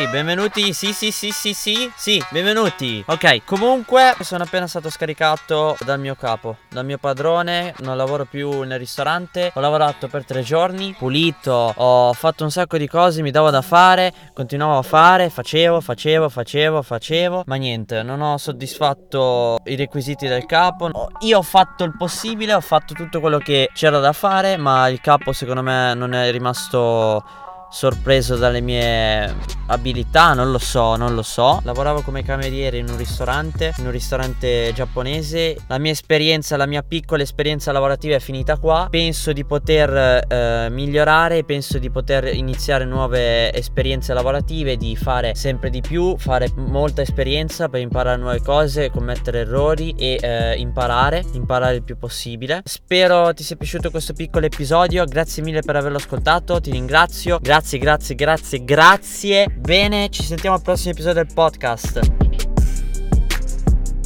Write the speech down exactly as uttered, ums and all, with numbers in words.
benvenuti. Sì, sì, sì, sì, sì, sì, benvenuti. Ok, comunque sono appena stato scaricato dal mio capo, dal mio padrone. Non lavoro più nel ristorante. Ho lavorato per tre giorni, pulito, ho fatto un sacco di cose, mi davo da fare, continuavo a fare, facevo, facevo, facevo, facevo, ma niente, non ho soddisfatto i requisiti del capo. Io ho fatto il possibile, ho fatto tutto quello che c'era da fare, ma il capo secondo me non è rimasto sorpreso dalle mie abilità, non lo so, non lo so. Lavoravo come cameriere in un ristorante, in un ristorante giapponese. La mia esperienza, la mia piccola esperienza lavorativa è finita qua. Penso di poter eh, migliorare, penso di poter iniziare nuove esperienze lavorative, di fare sempre di più, fare molta esperienza per imparare nuove cose, commettere errori e eh, imparare, imparare il più possibile. Spero ti sia piaciuto questo piccolo episodio, grazie mille per averlo ascoltato, ti ringrazio. Grazie, grazie, grazie, grazie. Bene, ci sentiamo al prossimo episodio del podcast.